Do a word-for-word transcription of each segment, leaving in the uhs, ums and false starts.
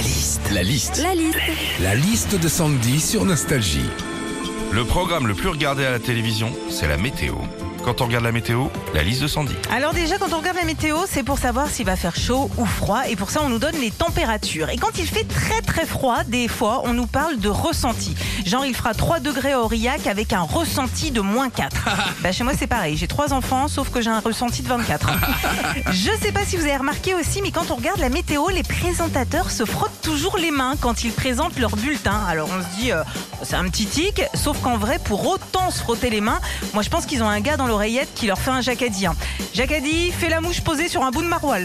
liste. La liste. La liste. La liste de Sandy sur Nostalgie. Le programme le plus regardé à la télévision, c'est la météo. Quand on regarde la météo, la liste de Sandy. Alors déjà, quand on regarde la météo, c'est pour savoir s'il va faire chaud ou froid. Et pour ça, on nous donne les températures. Et quand il fait très très froid, des fois, on nous parle de ressenti. Genre, il fera trois degrés à Aurillac avec un ressenti de moins quatre. Bah, chez moi, c'est pareil. J'ai trois enfants, sauf que j'ai un ressenti de vingt-quatre. Je sais pas si vous avez remarqué aussi, mais quand on regarde la météo, les présentateurs se frottent toujours les mains quand ils présentent leur bulletin. Alors on se dit, euh, c'est un petit tic, sauf qu'en vrai, pour autant se frotter les mains, moi je pense qu'ils ont un gars dans l'oreillette qui leur fait un jacadi. Hein. Jacadi, fais la mouche posée sur un bout de maroilles.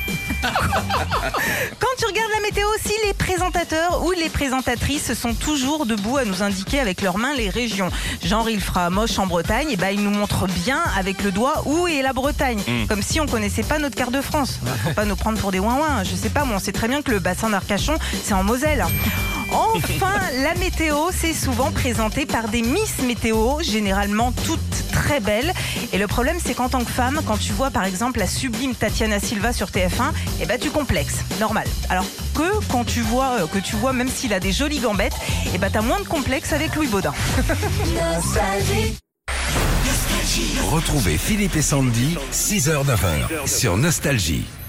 Quand tu regardes la météo aussi, les présentateurs ou les présentatrices sont toujours debout à nous indiquer avec leurs mains les régions. Genre, il fera moche en Bretagne, et bah, ils nous montrent bien avec le doigt où est la Bretagne. Mmh. Comme si on connaissait pas notre carte de France. Faut pas nous prendre pour des ouin-ouin. Je sais pas, moi, on sait très bien que le bassin d'Arcachon, c'est en Moselle. Enfin, la météo, c'est souvent présenté par des Miss Météo, généralement toutes très belles. Et le problème, c'est qu'en tant que femme, quand tu vois par exemple la sublime Tatiana Silva sur T F un, eh ben, tu complexes, normal. Alors que quand tu vois, que tu vois même s'il a des jolies gambettes, eh ben, t'as moins de complexe avec Louis Baudin. Nostalgie. Retrouvez Philippe et Sandy, six heures neuf heures sur Nostalgie.